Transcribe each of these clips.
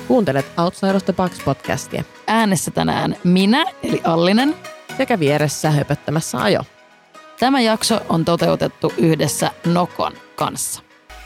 Kuuntelet Outside of the Box-podcastia. Äänessä tänään minä, eli Allinen. Sekä vieressä höpöttämässä Ajo. Tämä jakso on toteutettu yhdessä Nokon kanssa.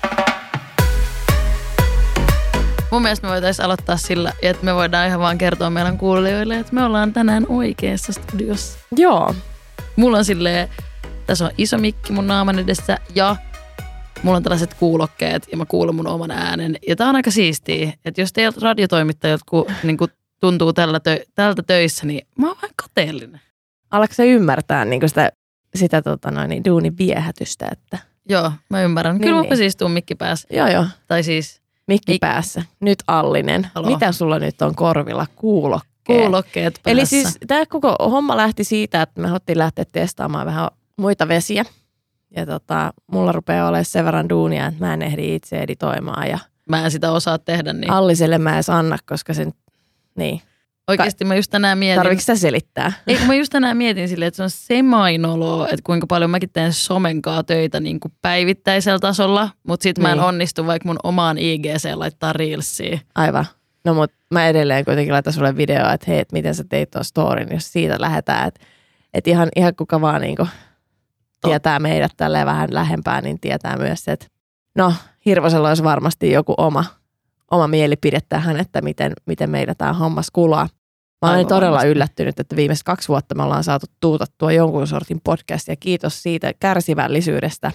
Mun mielestä me voitaisiin aloittaa sillä, että me voidaan ihan vaan kertoa meidän kuulijoille, että me ollaan tänään oikeassa studiossa. Joo. Mulla on silleen, tässä on iso mikki mun naaman edessä ja mulla on tällaiset kuulokkeet ja mä kuulen mun oman äänen. Ja tää on aika siistiä, että jos teiltä radiotoimittajat niin tuntuu tältä töissä, niin mä oon vähän kateellinen. Alatko sä ymmärtää niin sitä duunin viehätystä? Että... Joo, mä ymmärrän. Kyllä mä siis tuun mikki päässä. Joo. Tai siis... Mikki päässä. Nyt Allinen. Halo. Mitä sulla nyt on korvilla? Kuulokkeet päässä. Eli siis tämä koko homma lähti siitä, että me haluttiin lähteä testaamaan vähän muita vesiä. Ja mulla rupeaa olemaan sen verran duunia, että mä en ehdi itse editoimaan. Ja mä en sitä osaa tehdä niin. Alliselle mä edes anna, koska sen, niin. Oikeasti mä just tänään mietin. Tarviiko sitä selittää? Ei, kun mä just tänään mietin silleen, että se on semainoloa, että kuinka paljon mäkin teen somenkaa töitä niin kuin päivittäisellä tasolla, mutta sit mä en onnistu vaikka mun omaan IGC laittaa reelsia. Aivan. No mut mä edelleen kuitenkin laitan sulle videoa, että hei, et miten sä teit tuon storyn, jos siitä lähdetään. Että ihan kuka vaan niinku tietää meidät tälleen vähän lähempää, niin tietää myös, että no Hirvosella olisi varmasti joku oma mielipide tähän, että miten meidän tämä hommas kulaa. Mä olen todella yllättynyt, että viimeiset 2 vuotta me ollaan saatu tuutattua jonkun sortin podcastia. Kiitos siitä kärsivällisyydestä.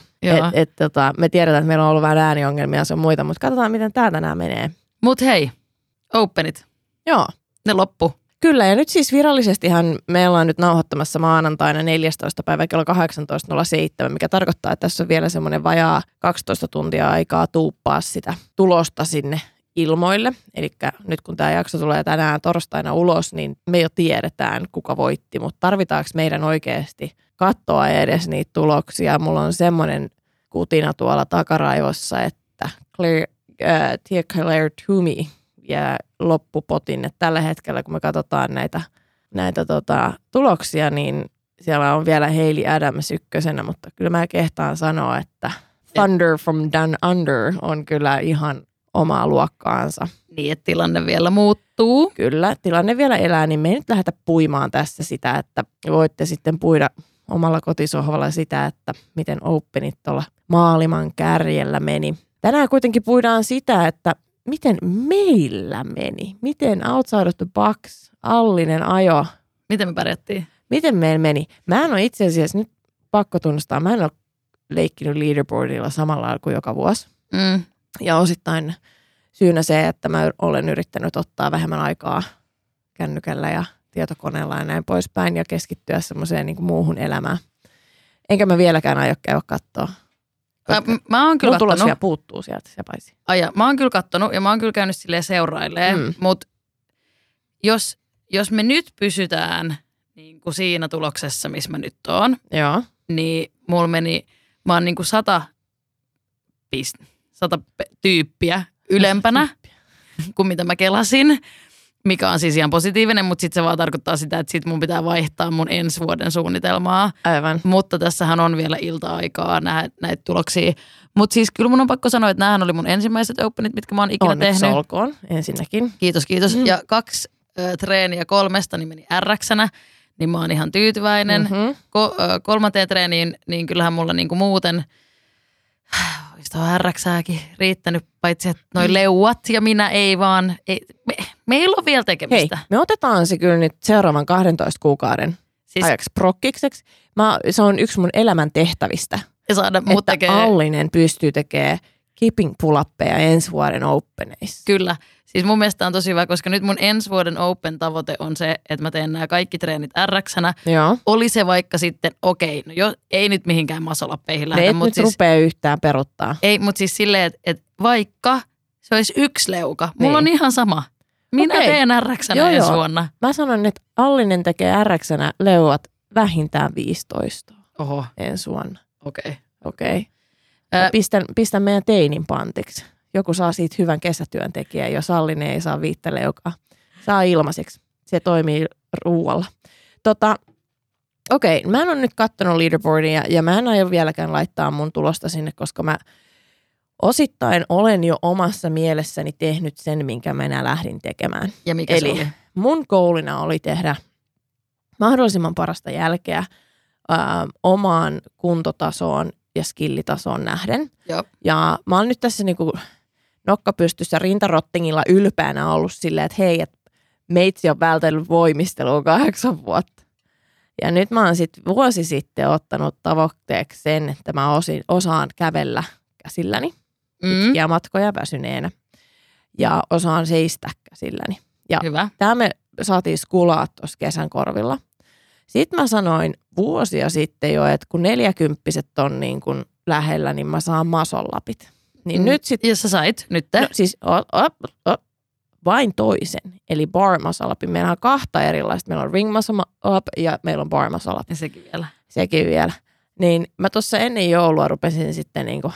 Me tiedetään, että meillä on ollut vähän ääniongelmia ja se on muita, mutta katsotaan, miten tää tänään menee. Mut hei, openit. Joo. Ne loppu. Kyllä, ja nyt siis virallisestihan me ollaan nyt nauhoittamassa maanantaina 14. päivä kello 18.07, mikä tarkoittaa, että tässä on vielä semmoinen vajaa 12 tuntia aikaa tuuppaa sitä tulosta sinne ilmoille. Eli nyt kun tämä jakso tulee tänään torstaina ulos, niin me jo tiedetään, kuka voitti, mutta tarvitaanko meidän oikeasti katsoa edes niitä tuloksia? Mulla on semmoinen kutina tuolla takaraivossa, että Claire Toomey ja loppupotin, että tällä hetkellä kun me katsotaan näitä tuloksia, niin siellä on vielä Hayley Adams ykkösenä, mutta kyllä mä kehtaan sanoa, että Thunder from Down Under on kyllä ihan omaa luokkaansa. Niin, että tilanne vielä muuttuu. Kyllä, tilanne vielä elää, niin me ei nyt lähdetä puimaan tässä sitä, että voitte sitten puida omalla kotisohvalla sitä, että miten openit tuolla maaliman kärjellä meni. Tänään kuitenkin puidaan sitä, että miten meillä meni? Miten Outside of the Box, Allinen Ajo? Miten me pärjättiin? Miten meillä meni? Mä en ole itse asiassa nyt pakko tunnustaa, mä en ole leikkinyt leaderboardilla samalla lailla kuin joka vuosi. Ja osittain syynä se, että mä olen yrittänyt ottaa vähemmän aikaa kännykällä ja tietokoneella ja näin poispäin ja keskittyä semmoiseen niin kuin muuhun elämään. Enkä mä vieläkään aio käydä katsoa. Mä oon kyllä mun tulos vielä puuttuu sieltä se paitsi. Mä oon kyllä kattonut ja mä oon kyllä käynyt silleen seurailemaan, mutta jos me nyt pysytään niin kuin siinä tuloksessa, missä mä nyt oon, niin mulla meni, mä oon niin kuin 100 tyyppiä ylempänä kuin mitä mä kelasin, mikä on siis ihan positiivinen, mutta sitten se vaan tarkoittaa sitä, että sit mun pitää vaihtaa mun ensi vuoden suunnitelmaa. Aivan. Mutta tässähän on vielä ilta-aikaa näitä tuloksia. Mutta siis kyllä mun on pakko sanoa, että nämähän oli mun ensimmäiset openit, mitkä mä oon ikinä tehnyt. Onneksi olkoon ensinnäkin. Kiitos. Ja 2 treeniä 3 niin meni RX:nä, niin mä oon ihan tyytyväinen. 3. treeniin, niin kyllähän mulla niinku muuten olisi tuohon RX:ääkin riittänyt, paitsi että noi leuat ja minä ei vaan, meillä on vielä tekemistä. Hei, me otetaan se kyllä nyt seuraavan 12 kuukauden ajaksi prokkikseksi. Se on yksi mun elämän tehtävistä, ja saada että Allinen pystyy tekemään keeping pull-uppeja ensi vuoden openeissa. Kyllä. Siis mun mielestä on tosi hyvä, koska nyt mun ensi vuoden open-tavoite on se, että mä teen nämä kaikki treenit RX:nä. Joo. Oli se vaikka sitten, ei nyt mihinkään masolappeihin lähdetä. Ne et nyt siis rupea yhtään peruttaa. Ei, mutta siis silleen, että vaikka se olisi 1 leuka, mulla on ihan sama. Minä teen RX:nä ensi vuonna. Mä sanon, että Allinen tekee RX:nä leuat vähintään 15 ensi vuonna. Okei. Pistän meidän teinin pantiksi. Joku saa siitä hyvän kesätyöntekijän, jos Allinen ei saa 5 leukaa. Saa ilmaiseksi. Se toimii ruualla. Mä en ole nyt katsonut leaderboardia ja mä en aio vieläkään laittaa mun tulosta sinne, koska mä osittain olen jo omassa mielessäni tehnyt sen, minkä minä lähdin tekemään. Ja mikä se oli? Mun goalina oli tehdä mahdollisimman parasta jälkeä omaan kuntotasoon ja skillitasoon nähden. Joo. Ja mä oon nyt tässä niinku nokkapystyssä rintarottingilla ylpeänä ollut silleen, että hei, että meitsi on vältellyt voimistelua 8 vuotta. Ja nyt mä oon sitten vuosi sitten ottanut tavoitteeksi sen, että mä osaan kävellä käsilläni pitkiä matkoja väsyneenä ja osaan seistä käsilläni. Ja hyvä. Tämä me saatiin skulaa tuossa kesän korvilla. Sitten mä sanoin vuosia sitten jo, että kun 40-vuotiaat on niin kuin lähellä, niin mä saan masolapit. Niin nyt sitten... Ja sä sait nyt? No, siis vain toisen, eli bar muscle up. Meillä on 2 erilaista. Meillä on ring muscle up ja meillä on bar muscle up. Ja sekin vielä. Sekin vielä. Niin mä tuossa ennen joulua rupesin sitten niinku,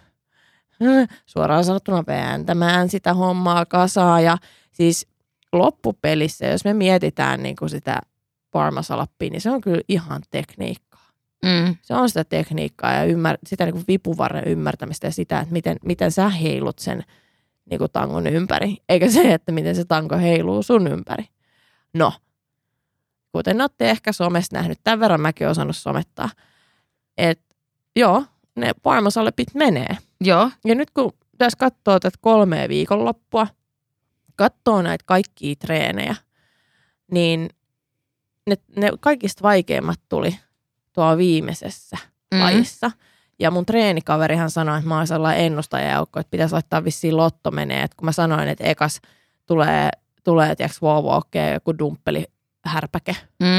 suoraan sanottuna vääntämään sitä hommaa kasaa. Ja siis loppupelissä, jos me mietitään niinku sitä bar muscle upia, niin se on kyllä ihan tekniikkaa. Se on sitä tekniikkaa ja sitä niinku vipuvarren ymmärtämistä ja sitä, että miten sä heilut sen niinku tangon ympäri, eikä se, että miten se tanko heiluu sun ympäri. No, kuten olette ehkä somesta nähnyt, tämän verran mäkin olen osannut somettaa, että joo, ne bar muscle upit menee. Joo. Ja nyt kun tässä katsoo tätä 3 viikonloppua, katsoo näitä kaikkia treenejä, niin ne kaikista vaikeimmat tuli tuolla viimeisessä lajissa. Ja mun treenikaverihan sanoi, että mä oon sellainen ennustajajoukko, että pitäisi laittaa vissiin lotto menee. Että kun mä sanoin, että ekas tulee tiiäks wall walkia joku dumppeli härpäke.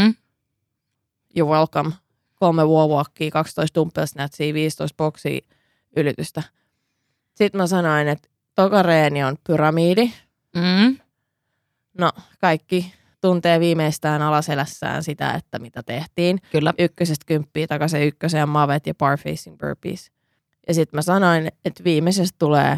You're welcome. 3 wall walkia, 12 dumbbell snatchia, 15 boksia ylitystä. Sitten mä sanoin, että toka reeni on pyramidi. No, kaikki tuntee viimeistään alaselässään sitä, että mitä tehtiin. Kyllä. 1-10 takaisin 1 ja mavet ja bar facing burpees. Ja sitten mä sanoin, että viimeisestä tulee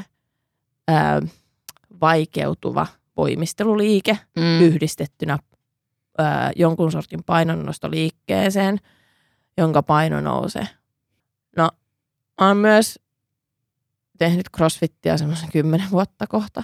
vaikeutuva voimisteluliike yhdistettynä jonkun sortin painonnostoliikkeeseen, jonka paino nousee. No, mä oon tehnyt crossfittiä semmoisen 10 vuotta kohta.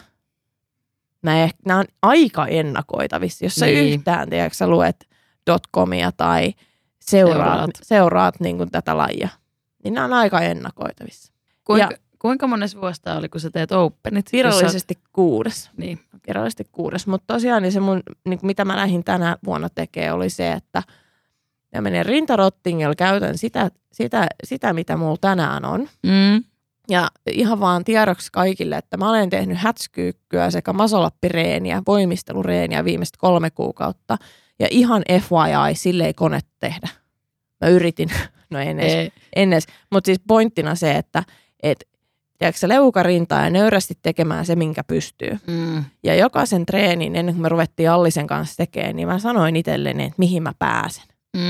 Nämä on aika ennakoitavissa. Jos sä yhtään, tiedätkö, sä luet .comia tai seuraat niin kuin tätä lajia, niin nämä on aika ennakoitavissa. Kuinka monessa vuosta oli, kun sä teet openit? Virallisesti 6. Niin. Virallisesti 6. Mutta tosiaan niin se mun, niin kuin mitä mä lähdin tänä vuonna tekemään, oli se, että mä menen rintarottingilla, käytän sitä, mitä mulla tänään on. Ja ihan vaan tiedoksi kaikille, että mä olen tehnyt hätskyykkyä sekä masolappireeniä, voimistelureeniä viimeiset 3 kuukautta. Ja ihan FYI, sille ei kone tehdä. Mä yritin, no en edes. Mutta siis pointtina se, että tiedätkö, leukarintaa ja nöyrästi tekemään se, minkä pystyy. Ja jokaisen treenin, ennen kuin me ruvettiin Allisen kanssa tekemään, niin mä sanoin itselleni, että mihin mä pääsen.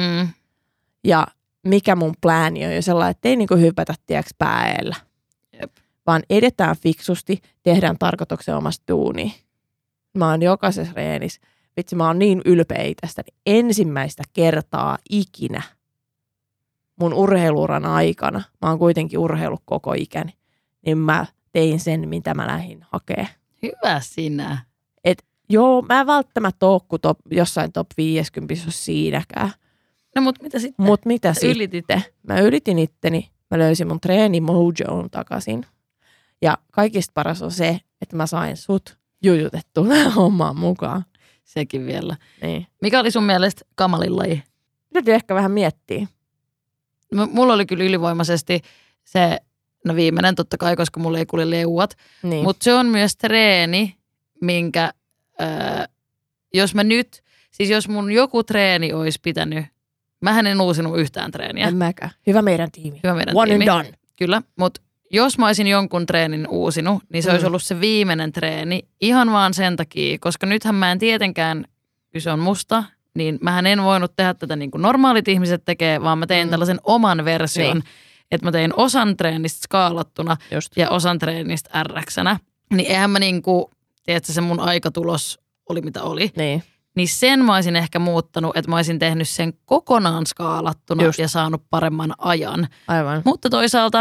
Ja mikä mun plääni on jo sellainen, että ei niinku hypätä, tiedätkö, päällä. Vaan edetään fiksusti, tehdään tarkoituksen omasta duunia. Mä oon jokaisessa reenissä. Vitsi, mä oon niin ylpeä itsestäni. Ensimmäistä kertaa ikinä mun urheiluuran aikana, mä oon kuitenkin urheillut koko ikäni, niin mä tein sen, mitä mä lähdin hakemaan. Hyvä sinä. Joo, mä en välttämättä oo kuin jossain top 50, jos siinäkään. No mut mitä sitten? Sitten? Mä ylitin itteni. Mä löysin mun treenimojoon takaisin. Ja kaikista paras on se, että mä sain sut jujutettua tähän hommaan mukaan. Sekin vielä. Niin. Mikä oli sun mielestä kamalin laji? Täytyy ehkä vähän miettiä. Mulla oli kyllä ylivoimaisesti se, no viimeinen totta kai, koska mulla ei kuule leuat. Niin. Mutta se on myös treeni, minkä, jos mun joku treeni olisi pitänyt, mähän en uusinut yhtään treeniä. En mäkään. Hyvä meidän tiimi. One tiimi. And done. Kyllä, mutta jos mä olisin jonkun treenin uusinut, niin se olisi ollut se viimeinen treeni ihan vaan sen takia, koska nythän mä en tietenkään, kyse on musta, niin mähän en voinut tehdä tätä niin kuin normaalit ihmiset tekee, vaan mä tein tällaisen oman version, niin. Että mä tein osan treenistä skaalattuna ja osan treenistä RX-nä. Niin eihän mä niinku, tiedätkö, se mun aikatulos oli mitä oli. Niin sen mä olisin ehkä muuttanut, että mä olisin tehnyt sen kokonaan skaalattuna ja saanut paremman ajan. Aivan. Mutta toisaalta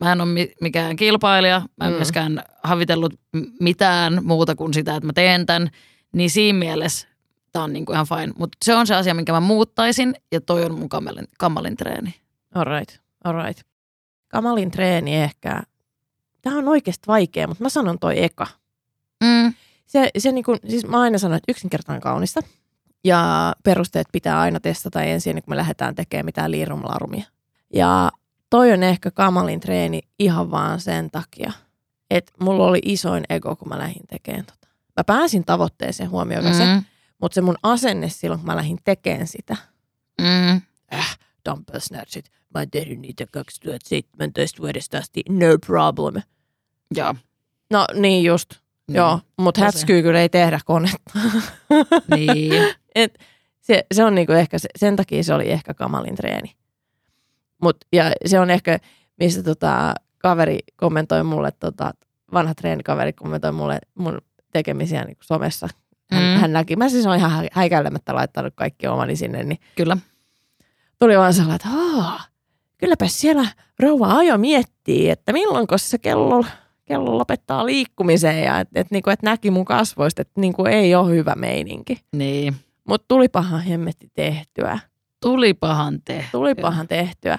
mä en ole mikään kilpailija, mä en myöskään havitellut mitään muuta kuin sitä, että mä teen tämän, niin siinä mielessä tää on niinku ihan fine. Mutta se on se asia, minkä mä muuttaisin, ja toi on mun kamalin treeni. All right. Kamalin treeni ehkä. Tää on oikeasti vaikea, mutta mä sanon toi eka. Se niinku, siis mä aina sanon, että yksinkertainen kaunista. Ja perusteet pitää aina testata ensin, kun me lähdetään tekemään mitään liirumlarumia. Ja toi on ehkä kamalin treeni ihan vaan sen takia, että mulla oli isoin ego, kun mä lähdin tekemään tota. Mä pääsin tavoitteeseen huomioon se, mutta se mun asenne silloin, kun mä lähdin tekemään sitä. Dumbbell snatchit. Mä oon tehnyt niitä 2017 vuodesta asti. No problem. Joo. No niin just. Joo, mutta hätskyy kyllä ei tehdä konetta. Niin. Se on niinku ehkä, sen takia se oli ehkä kamalin treeni. Ja se on ehkä, mistä kaveri kommentoi mulle, vanha treenikaveri kommentoi mulle mun tekemisiä niinku somessa. Hän näki, mä siis on ihan häikäilemättä laittanut kaikki omani sinne, niin kyllä. Tuli vaan sellainen, että kylläpä siellä rouva ajo miettii, että milloinko se kello lopettaa liikkumiseen ja että näki mun kasvoista, että niinku ei ole hyvä meininki. Niin. Mutta tulipahan hemmetti tehtyä. Tulipahan tehtyä.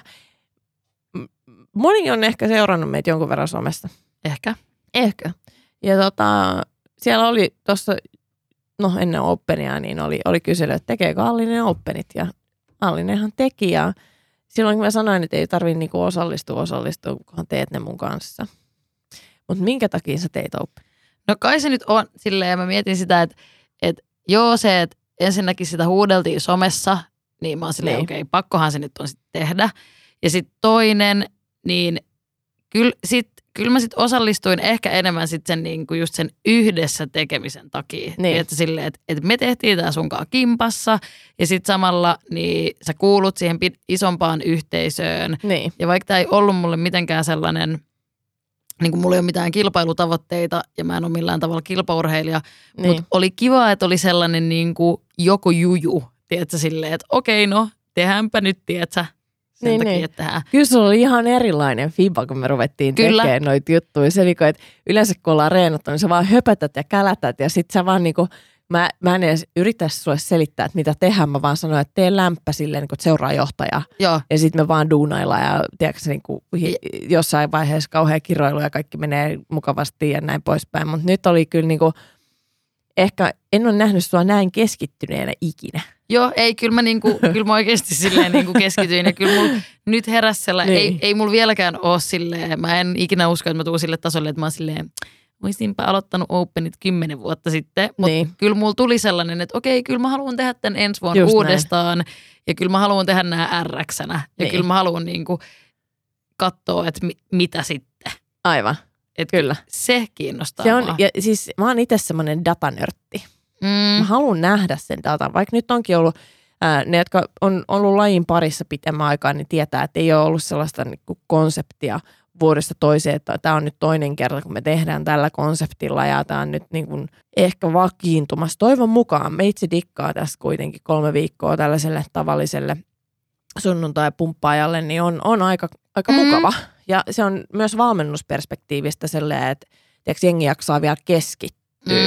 Moni on ehkä seurannut meitä jonkun verran somesta. Ehkä. Ja siellä oli tuossa, ennen Openia, niin oli kysely, että tekeekö Allinen Openit ja Allinenhan teki ja silloin kun mä sanoin, että ei tarvitse niinku osallistua, kunhan teet ne mun kanssa. Mutta minkä takia sä teit Open? No kai se nyt on silleen, ja mä mietin sitä, että joo se, että ensinnäkin sitä huudeltiin somessa, niin mä oon silleen, okei, pakkohan se nyt on sitten tehdä. Ja sitten toinen, niin kyllä mä sitten osallistuin ehkä enemmän sitten sen niinku just sen yhdessä tekemisen takia. Niin. Että silleen, että me tehtiin tää sunkaan kimpassa ja sitten samalla niin sä kuulut siihen isompaan yhteisöön. Niin. Ja vaikka tää ei ollut mulle mitenkään sellainen, niin kuin mulla ei ole mitään kilpailutavoitteita ja mä en ole millään tavalla kilpaurheilija, mutta oli kiva, että oli sellainen niin kuin joku juju, tiedätkö, silleen, että okei, tehdäänpä nyt, tiedätkö, sen takia, että tehdään. Kyllä sulla oli ihan erilainen fiba, kun me ruvettiin tekemään noita juttuja. Se oli, että yleensä kun ollaan reenattu, niin sä vaan höpätät ja kälätät ja sit sä vaan niinku, mä en edes yrittäisi sulle selittää, että mitä tehdään, mä vaan sanoin, että tee lämpä silleen, niin kuin, että seuraa johtajaa. Joo. Ja sitten me vaan duunaillaan ja tiedätkö, niin kuin, jossain vaiheessa kauhean kiroilu ja kaikki menee mukavasti ja näin poispäin. Mutta nyt oli kyllä niin kuin, ehkä en ole nähnyt sua näin keskittyneenä ikinä. Joo, ei, kyllä mä oikeasti silleen niin kuin keskityin ja kyllä mulla nyt heräsi sellainen, ei mulla vieläkään ole silleen, mä en ikinä usko, että mä tuun sille tasolle, että mä oon silleen, olisinpä aloittanut Openit 10 vuotta sitten, mutta kyllä mulla tuli sellainen, että okei, kyllä mä haluan tehdä tämän ensi vuonna just uudestaan näin. Ja kyllä mä haluan tehdä nämä RX-nä ja kyllä mä haluan niinku katsoa, että mitä sitten. Aivan, kyllä. Se kiinnostaa se on, ja siis mä oon itse semmoinen datanörtti. Mä haluan nähdä sen datan, vaikka nyt onkin ollut, ne jotka on ollut lajin parissa pitemmän aikaa, niin tietää, että ei ole ollut sellaista niinku konseptia vuodesta toiseen, että tämä on nyt toinen kerta, kun me tehdään tällä konseptilla ja tämä on nyt niin kuin ehkä vakiintumassa. Toivon mukaan. Me itse dikkaa tästä kuitenkin 3 viikkoa tällaiselle tavalliselle sunnuntai-pumppaajalle, niin on aika mukava. Ja se on myös valmennusperspektiivistä sellainen, että jengi jaksaa vielä keskittyä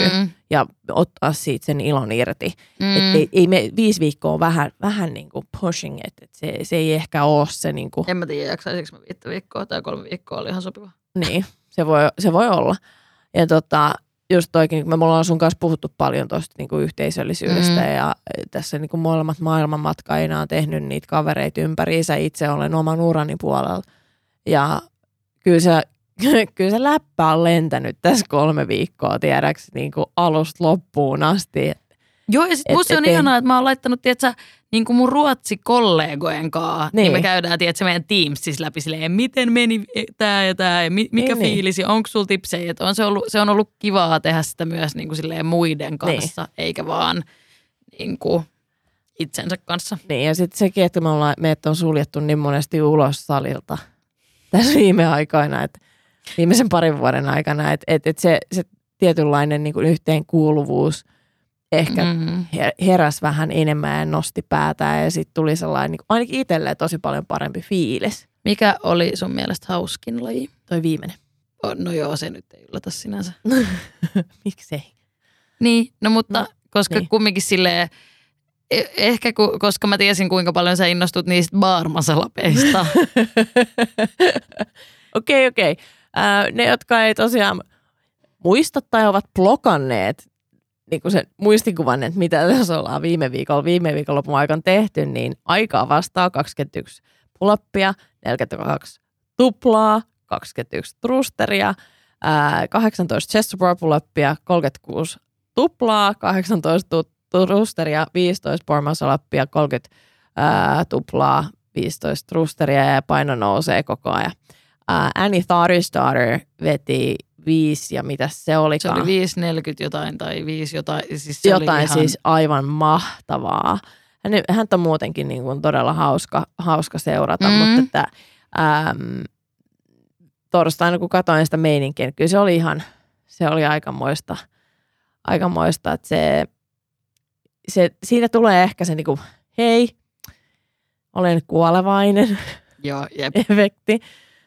ja ottaa siitä sen ilon irti. Että ei me 5 viikkoa on vähän niin kuin pushing, että se ei ehkä ole se niin kuin. En mä tiedä, jaksaisinko mä 5 viikkoa tai 3 viikkoa oli ihan sopiva. Niin, se voi olla. Ja just toikin, me ollaan sun kanssa puhuttu paljon tuosta niin kuin yhteisöllisyydestä ja tässä niin kuin molemmat maailmanmatkaina on tehnyt niitä kavereita ympäriinsä. Itse olen oman urani puolella. Ja kyllä se läppä on lentänyt tässä 3 viikkoa, tiedäks, niin kuin alusta loppuun asti. Joo, ja sit musta on ihanaa, että mä oon laittanut, tiedätkö, niin kuin mun ruotsikollegojen kanssa, niin me käydään, tiedätkö, meidän Teamsissa läpi silleen, miten meni tää ja mikä fiilis, ja onko sulla tipsejä, että se on ollut kivaa tehdä sitä myös niin kuin silleen muiden kanssa, eikä vaan niin kuin itsensä kanssa. Niin, ja sitten sekin, että meidät on suljettu niin monesti ulos salilta tässä viime aikoina, että viimeisen 2 vuoden aikana, että se tietynlainen niin kuin yhteenkuuluvuus ehkä heräs vähän enemmän ja nosti päätään ja sitten tuli sellainen, niin ainakin itselleen tosi paljon parempi fiilis. Mikä oli sun mielestä hauskin laji? Toi viimeinen. No joo, se nyt ei yllätä sinänsä. Miksei? Niin, no mutta koska kumminkin silleen, ehkä koska mä tiesin kuinka paljon sä innostut niistä baarmasalapeista. Okei. Ne, jotka ei tosiaan muista tai ovat blokanneet niin kuin sen muistikuvan, että mitä tässä ollaan viime viikonlopun aikana tehty, niin aikaa vastaa 21 pull-upia, 42 tuplaa, 21 thrusteria, 18 chest support pull-upia, 36 tuplaa, 18 thrusteria, 15 bar muscle-upia, 30 tuplaa, 15 thrusteria ja paino nousee koko ajan. Annie Tharisdottir veti 5 ja mitä se olikaan? Se oli 5.40 jotain tai 5 jotain. Siis se jotain oli ihan... siis aivan mahtavaa. Häntä on muutenkin niin kuin todella hauska seurata, mutta että, torstaina kun katsoin sitä meininkiä, niin kyllä se oli aikamoista, että siinä tulee ehkä se niin kuin, hei, olen kuolevainen efekti.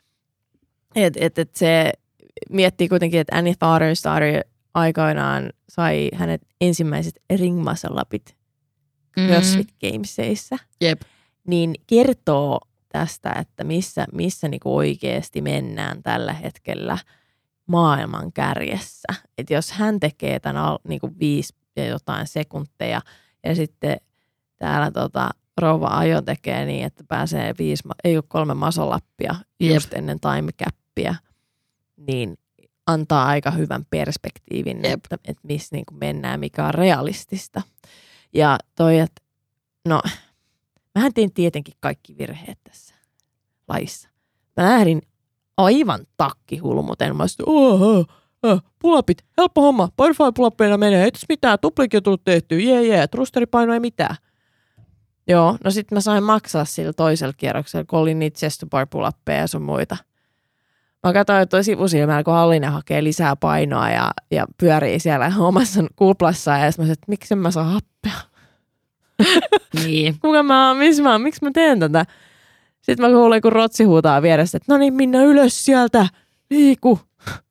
Et se miettii kuitenkin, että Annie Tharisdottir aikoinaan sai hänet ensimmäiset ring muscle upit CrossFit Gamesissa. Jep. Niin kertoo tästä, että missä niinku oikeasti mennään tällä hetkellä maailman kärjessä. Että jos hän tekee tämän niinku 5 ja jotain sekunteja ja sitten täällä rouva Ajo tekee niin, että pääsee 3 muscle-upia just ennen time capia, niin antaa aika hyvän perspektiivin, että missä niinku mennään, mikä on realistista. Ja että no, mähän tein tietenkin kaikki virheet tässä lajissa. Mä lähdin aivan takkihulmuten. Mä sanoin, pull-upit, helppo homma, butterfly pull-uppeina menee, ei tässä mitään, tuplikin on tullut tehtyä, thrusteripaino ei mitään. Joo, no sit mä sain maksaa sillä toisella kierroksella, kun oli niitä chest to bar pull-uppeja ja sun muita. Mä katsoin toi sivusilmällä, kun Allinen hakee lisää painoa ja pyörii siellä omassa kuplassaan. Ja mä sanoin, että miksi mä saa happea? Niin. Miksi mä teen tätä? Sitten mä kuulin, kun Rotsi huutaa vieressä, että no niin, Minna ylös sieltä, liiku.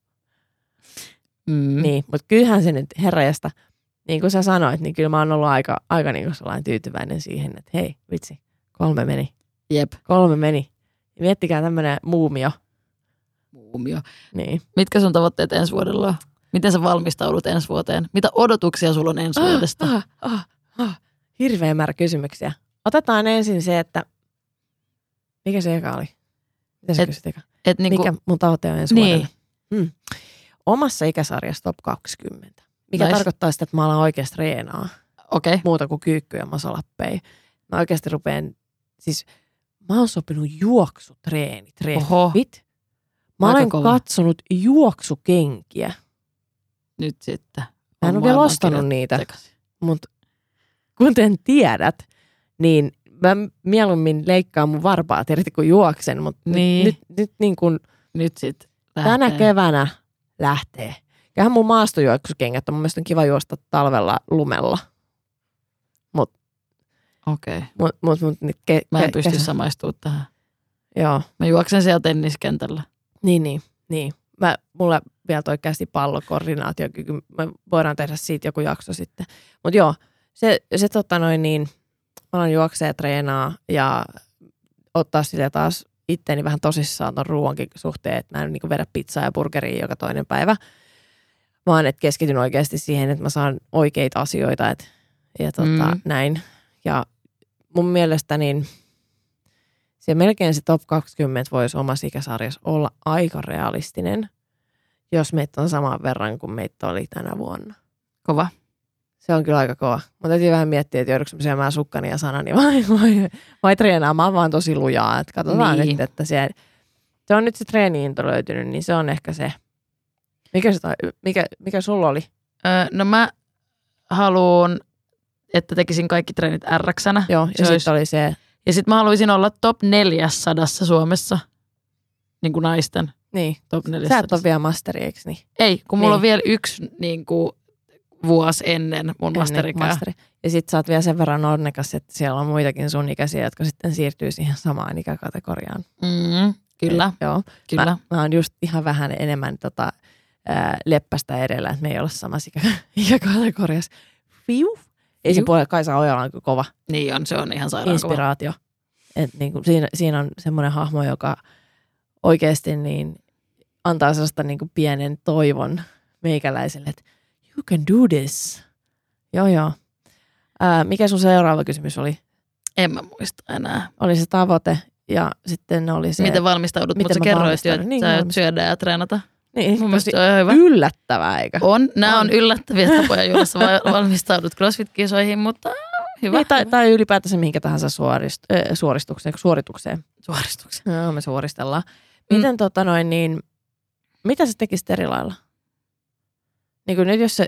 Niin, mutta kyllähän se nyt herrajasta, niin kuin sä sanoit, niin kyllä mä oon ollut aika niin kuin sellainen tyytyväinen siihen, että hei, vitsi, 3 meni. Jep. 3 meni. Miettikää tämmönen muumio. Niin. Mitkä sun tavoitteet ensi vuodella on? Miten sä valmistaudut ensi vuoteen? Mitä odotuksia sulla on ensi vuodesta? Hirveä määrä kysymyksiä. Otetaan ensin se, että mikä se eka oli? Mitä sä kysyt eka? Mikä mun tavoite on ensi vuodelle? Omassa ikäsarjassa top 20. Mikä tarkoittaa sitä, että mä alan oikeasti treenaa. Muuta kuin kyykkyjä ja masalappeja. Mä oikeasti rupean, siis mä oon sopinut juoksutreenit. Mä olen katsonut juoksukenkiä. Nyt sitten. Mä en ole vielä ostanut niitä, mutta kuten tiedät, niin mä mieluummin leikkaan mun varpaat irti kuin juoksen, mutta nyt niin kuin nyt sit tänä keväänä lähtee. Kyllähän mun maastojuoksukengät on mun mielestä kiva juosta talvella lumella. Mä en pysty samaistumaan tähän. Joo. Mä juoksen siellä tenniskentällä. Niin. Mulla vielä toi käsipallokoordinaatiokyky. Me voidaan tehdä siitä joku jakso sitten. Mutta joo, se mä alan juoksee treenaa ja ottaa sille taas itteeni vähän tosissaan ton ruoankin suhteen, että mä en niin vedä pizzaa ja burgeria joka toinen päivä, vaan että keskityn oikeasti siihen, että mä saan oikeita asioita näin. Ja mun mielestä niin se melkein se top 20 voisi omassa ikäsarjassa olla aika realistinen, jos meitä on saman verran kuin meitä oli tänä vuonna. Kova. Se on kyllä aika kova. Mä täytyy vähän miettiä, että joudutko mä syömään sukkani ja sanani vai treenaamaan vaan tosi lujaa. Että katsotaan nyt, että se on nyt se treeni-into löytynyt, niin se on ehkä se. Mikä sulla oli? No mä haluan, että tekisin kaikki treenit RX-nä. Joo, ja sitten oli se. Ja sitten mä haluaisin olla top 400 Suomessa, niin kuin naisten. Niin. Top 400. Sä et ole vielä masteri, eikö niin? Ei, kun mulla on vielä yksi niin kuin vuosi ennen mun masterikää. Ja sit sä oot vielä sen verran onnekas, että siellä on muitakin sun ikäisiä, jotka sitten siirtyy siihen samaan ikäkategoriaan. Kyllä. Joo. Kyllä. Mä oon just ihan vähän enemmän leppästä edellä, että me ei olla samassa ikäkategoriassa. Fiu. Ei se puolella, Kaisa Ojala on kova. Niin on, se on ihan sairaan inspiraatio. Et niinku siinä on semmoinen hahmo, joka oikeasti niin antaa sellaista niinku pienen toivon meikäläiselle, että you can do this. Joo. Mikä sun seuraava kysymys oli? En mä muista enää. Oli se tavoite ja sitten oli se... Miten valmistaudut? Mutta sä kerroit jo, että niin, sä aiot syödä ja treenata. Niin, mun mielestä se on hyvä. Yllättävää, eikö? Nämä on yllättäviä tapoja, joilla sä valmistaudut CrossFit-kisoihin, mutta hyvä. Niin, tai ylipäätänsä minkä tahansa suoritukseen. Joo, me suoristellaan. Miten mitä sä tekisit eri lailla? Niin nyt jos se,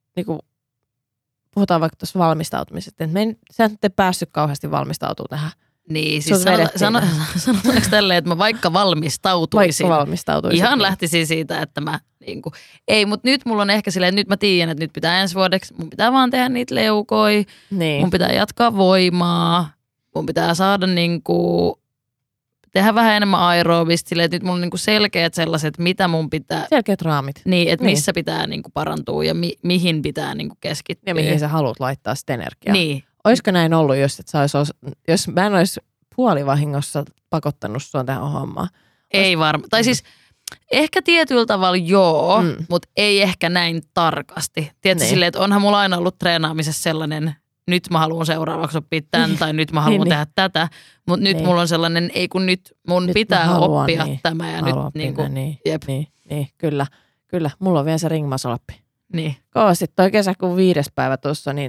puhutaan vaikka tuossa valmistautumisesta, että sä et päässyt kauheasti valmistautumaan tähän. Niin, siis sanotaanko tälleen, että mä vaikka valmistautuisin. Ihan lähtisin siitä, että mä ei, mutta nyt mulla on ehkä silleen, että nyt mä tiedän, että nyt pitää ensi vuodeksi, mun pitää vaan tehdä niitä leukoja, mun pitää jatkaa voimaa, mun pitää saada tehdä vähän enemmän aerobista, silleen, että nyt mulla on selkeät sellaiset, mitä mun pitää. Selkeät raamit. Niin, että missä pitää parantua ja mihin pitää keskittyä. Ja mihin sä haluat laittaa sitä energiaa. Niin. Olisiko näin ollut, jos mä en olisi puolivahingossa pakottanut sua tähän hommaan? Ei varmaan. Tai siis ehkä tietyllä tavalla joo, mutta ei ehkä näin tarkasti. Tiedätkö silleen, että onhan mulla aina ollut treenaamisessa sellainen, nyt mä haluan seuraavaksi oppia tämän tai nyt mä haluan tehdä tätä. Mutta nyt mulla on sellainen, ei kun nyt mun pitää oppia tämä ja nyt Niin, kyllä. Mulla on vielä se ringmasolappi. Niin. Kovasti toi kesäkuun 5. päivä tuossa, niin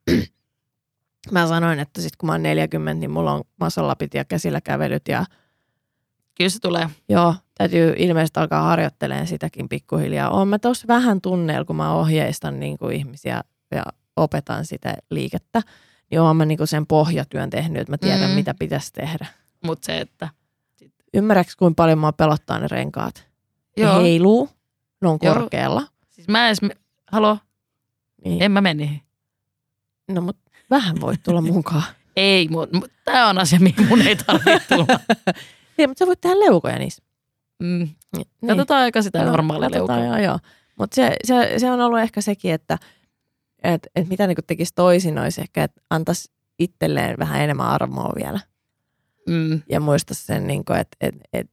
mä sanoin, että sit kun mä oon 40, niin mulla on masolapit ja käsillä kävelyt ja kyllä se tulee. Joo, täytyy ilmeisesti alkaa harjoittelemaan sitäkin pikkuhiljaa. Oon mä tossa vähän tunneilla, kun mä ohjeistan ihmisiä ja opetan sitä liikettä, niin oon mä sen pohjatyön tehnyt, että mä tiedän, mitä pitäisi tehdä. Mut se, että... Ymmärrätkö, kuinka paljon mua pelottaa ne renkaat? Joo. Ne heiluu, ne on korkealla. Siis mä edes... Haloo? Niin. En mä meni. No, mut vähän voit tulla mukaan. Ei, mutta tää on asia, mihin mun ei tarvitse tulla. Ei, mutta sä voit tehdä leukoja niissä. Niin. Katsotaan aika sitä normaalia leukoja. Joo. Mutta se on ollut ehkä sekin, että mitä tekisi toisin olisi ehkä, että antaisi itselleen vähän enemmän armoa vielä. Ja muistaisi sen, että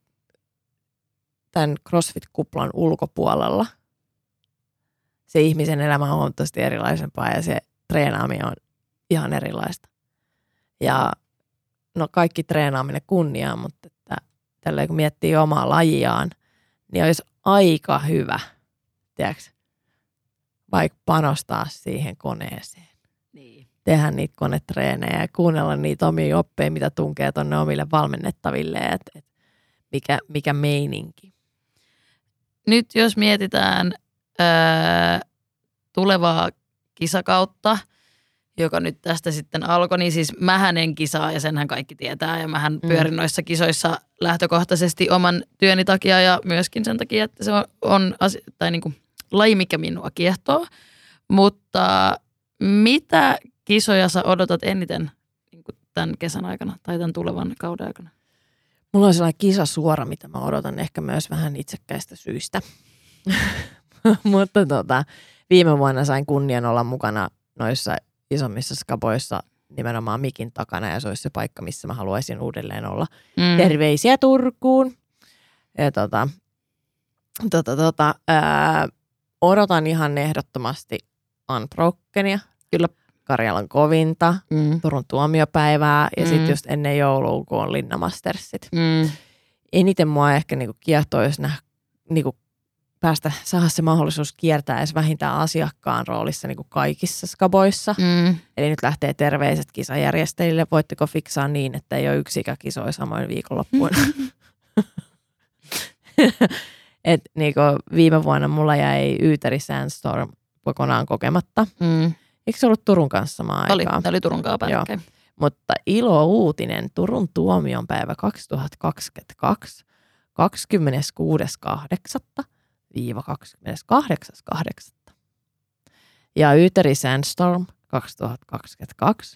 tämän CrossFit-kuplan ulkopuolella se ihmisen elämä on huomattavasti erilaisempaa ja se treenaaminen on ihan erilaista. Ja no kaikki treenaaminen kunniaan, mutta että tällä kun miettii omaa lajiaan, niin olisi aika hyvä, tiedätkö, vaikka panostaa siihen koneeseen. Niin. Tehdä niitä konetreenejä ja kuunnella niitä omia oppeja, mitä tunkee tuonne omille valmennettaville, että mikä meininki. Nyt jos mietitään tulevaa kisakautta, joka nyt tästä sitten alkoi, niin siis mähän en kisaa ja senhän kaikki tietää. Ja mähän pyörin noissa kisoissa lähtökohtaisesti oman työni takia ja myöskin sen takia, että se on laji, mikä minua kiehtoo. Mutta mitä kisoja sä odotat eniten tämän kesän aikana tai tämän tulevan kauden aikana? Mulla on sellainen kisasuora, mitä mä odotan ehkä myös vähän itsekkäistä syistä. Mutta viime vuonna sain kunnian olla mukana noissa isommissa skaboissa nimenomaan mikin takana ja se olisi se paikka, missä mä haluaisin uudelleen olla. Terveisiä Turkuun. Ja odotan ihan ehdottomasti Unbrokenia. Kyllä. Karjalan kovinta, Turun tuomiopäivää ja sitten just ennen joulua, kun on Linna Mastersit. Eniten mua ehkä kiehtoo, jos saada se mahdollisuus kiertää edes vähintään asiakkaan roolissa kaikissa skaboissa. Eli nyt lähtee terveiset kisajärjestäjille. Voitteko fiksaa niin, että ei ole yksikään samoin viikonloppuina? Viime vuonna mulla jäi Yyteri Sandstorm kokonaan kokematta. Eikö se ollut Turun kanssa samaan aikaan? Oli Turun kanssa päällekkäin. Mutta ilo uutinen, Turun tuomionpäivä 2022, 26.8. 28.8. Ja Yyteri Sandstorm 2022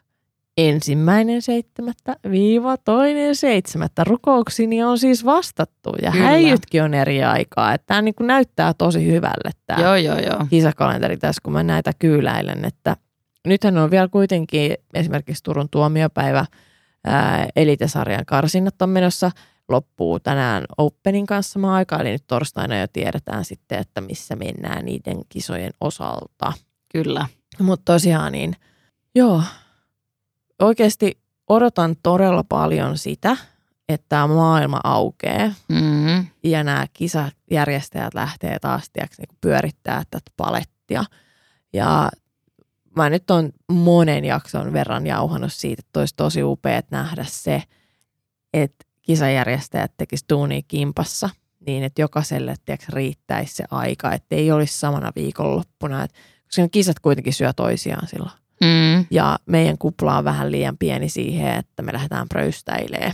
1.7.–2.7. Rukouksini on siis vastattu ja Kyllä. häijytkin on eri aikaa. Että tämä niin kuin näyttää tosi hyvälle tämä Joo. kisakalenteri tässä, kun mä näitä kyyläilen. Että nythän on vielä kuitenkin esimerkiksi Turun tuomiopäivä, Elite-sarjan karsinnat on menossa. Loppuu tänään Openin kanssa sama aika, eli nyt torstaina jo tiedetään sitten, että missä mennään niiden kisojen osalta. Kyllä. Mutta tosiaan niin, joo, oikeasti odotan todella paljon sitä, että tämä maailma aukeaa ja nämä kisajärjestäjät lähtee taas niin pyörittää tätä palettia. Ja mä nyt on monen jakson verran jauhannut siitä, että olisi tosi upeat nähdä se, että kisajärjestäjät tekisivät duunia kimpassa niin, että jokaiselle riittäisi se aika, että ei olisi samana viikonloppuna, koska kisat kuitenkin syö toisiaan silloin. Ja meidän kupla on vähän liian pieni siihen, että me lähdetään pröystäilemään.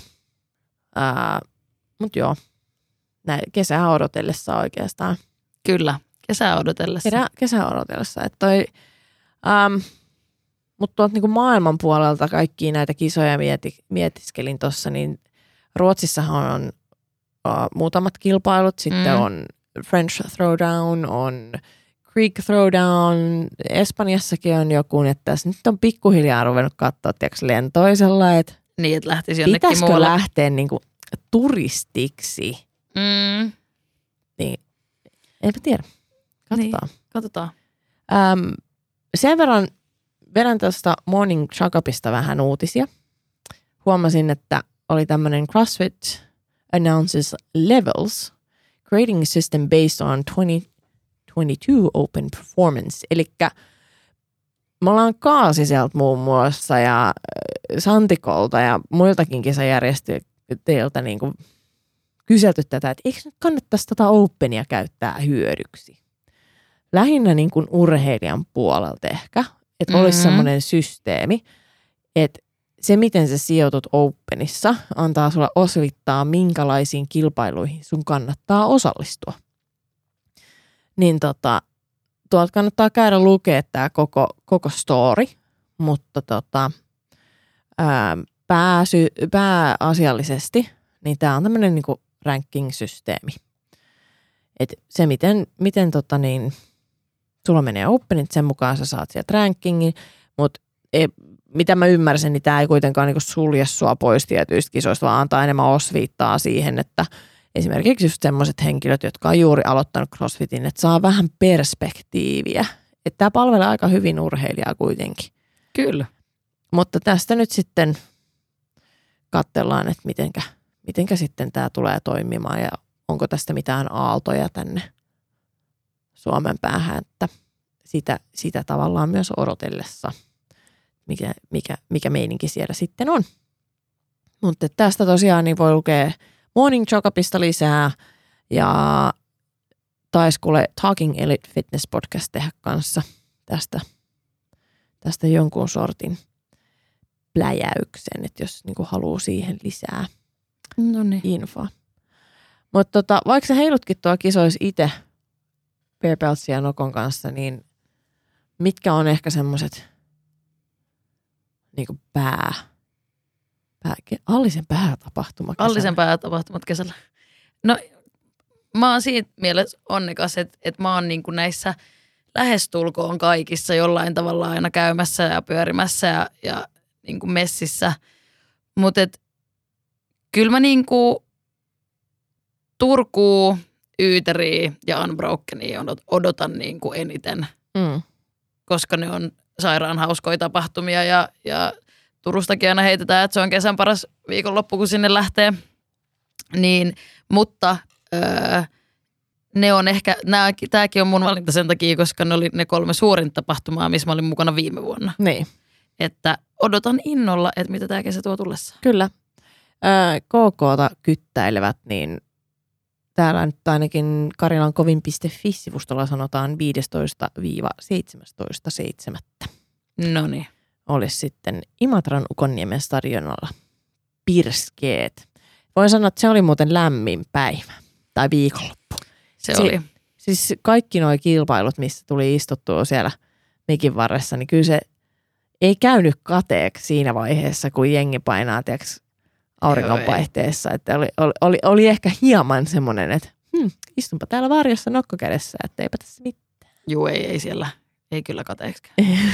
Mutta joo, kesää odotellessa oikeastaan. Kyllä, kesää odotellessa. Kesää odotellessa. Mutta tuolta niinku maailman puolelta kaikkia näitä kisoja mietiskelin tuossa, niin Ruotsissahan on muutamat kilpailut. Sitten on French Throwdown, on Greek Throwdown, Espanjassakin on joku, että tässä nyt on pikkuhiljaa ruvennut katsoa lentoisella, että niin, että lähtisi jonnekin pitäisikö muualle. lähteä niinku turistiksi. Niin, enpä tiedä. Katsotaan. Niin, katsotaan. Sen verran vedän tuosta Morning Chakapista vähän uutisia. Huomasin, että oli tämmöinen CrossFit announces levels, creating a system based on 2022 Open Performance. Elikkä me ollaan Kaasiselta muun muassa ja Santikolta ja muiltakin kisajärjestöiltä niin kuin kyselty tätä, että eikö nyt kannattaisi tätä Openia käyttää hyödyksi. Lähinnä niin kuin urheilijan puolelta ehkä, että olisi semmoinen systeemi, että se, miten sä sijoitut Openissa, antaa sulle osvittaa, minkälaisiin kilpailuihin sun kannattaa osallistua. Niin tuolta kannattaa käydä lukea tämä koko story, mutta pääasiallisesti, niin tämä on tämmöinen niinku ranking-systeemi. Et se, miten sulla menee Openit, sen mukaan sä saat sieltä rankingin, mutta mitä mä ymmärsin, niin tämä ei kuitenkaan niinku sulje sua pois tietyistä kisoista, vaan antaa enemmän osviittaa siihen, että esimerkiksi just semmoiset henkilöt, jotka on juuri aloittanut CrossFitin, että saa vähän perspektiiviä. Että tämä palvelee aika hyvin urheilijaa kuitenkin. Kyllä. Mutta tästä nyt sitten katsellaan, että mitenkä sitten tämä tulee toimimaan ja onko tästä mitään aaltoja tänne Suomen päähän, että sitä tavallaan myös odotellessa, mikä meininki siellä sitten on. Mutta tästä tosiaan niin voi lukea Morning Chokapista lisää ja taisi kuule Talking Elite Fitness podcast tehdä kanssa tästä jonkun sortin pläjäyksen, että jos niinku haluaa siihen lisää infoa. Mutta vaikka sä heilutkin tuolla kisoissa itse Bear Peltsin ja Nokon kanssa, niin mitkä on ehkä semmoiset niinku Allisen päätapahtuma kesällä? Allisen päätapahtumat kesällä. No mä oon siitä mielessä onnekas, että mä oon niinku näissä lähestulkoon kaikissa jollain tavalla aina käymässä ja pyörimässä ja niinku messissä. Mutta kyllä mä niinku Turkuun, Yyteriin ja Unbrokeniin odotan niinku eniten, koska ne on sairaan hauskoja tapahtumia ja Turustakin aina heitetään, että se on kesän paras viikonloppu, kun sinne lähtee. Niin, mutta ne on ehkä, tämäkin on mun valinta sen takia, koska ne oli ne 3 suurinta tapahtumaa, missä mä olin mukana viime vuonna. Niin. Että odotan innolla, että mitä tämä kesä tuo tullessa. Kyllä. KK:ta kyttäilevät, niin täällä nyt ainakin karilankovin.fi-sivustolla sanotaan 15-17.7. Noniin. Olisi sitten Imatran Ukonniemen stadionalla pirskeet. Voin sanoa, että se oli muuten lämmin päivä tai viikonloppu. Se oli. Siis kaikki nuo kilpailut, missä tuli istuttua siellä mikin varressa, niin kyllä se ei käynyt kateeksi siinä vaiheessa, kun jengi painaa auringonpaihteessa. Että oli ehkä hieman semmoinen, että istunpa täällä varjossa nokko kädessä, että eipä tässä mitään. Juu, ei siellä. Ei kyllä kateeksi.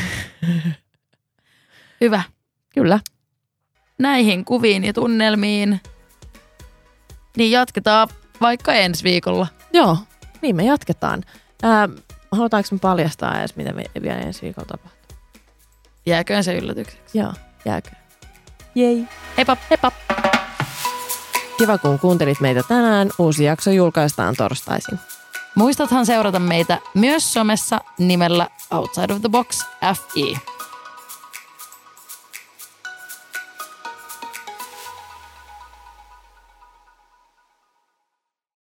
Hyvä. Kyllä. Näihin kuviin ja tunnelmiin. Niin jatketaan vaikka ensi viikolla. Joo, niin me jatketaan. Halutaanko me paljastaa edes, mitä me vielä ensi viikolla tapahtuu? Jääköön se yllätykseksi. Joo, jääköön. Jei. Heippa. Heippa. Kiva, kun kuuntelit meitä tänään. Uusi jakso julkaistaan torstaisin. Muistathan seurata meitä myös somessa nimellä Outside of the Box FI.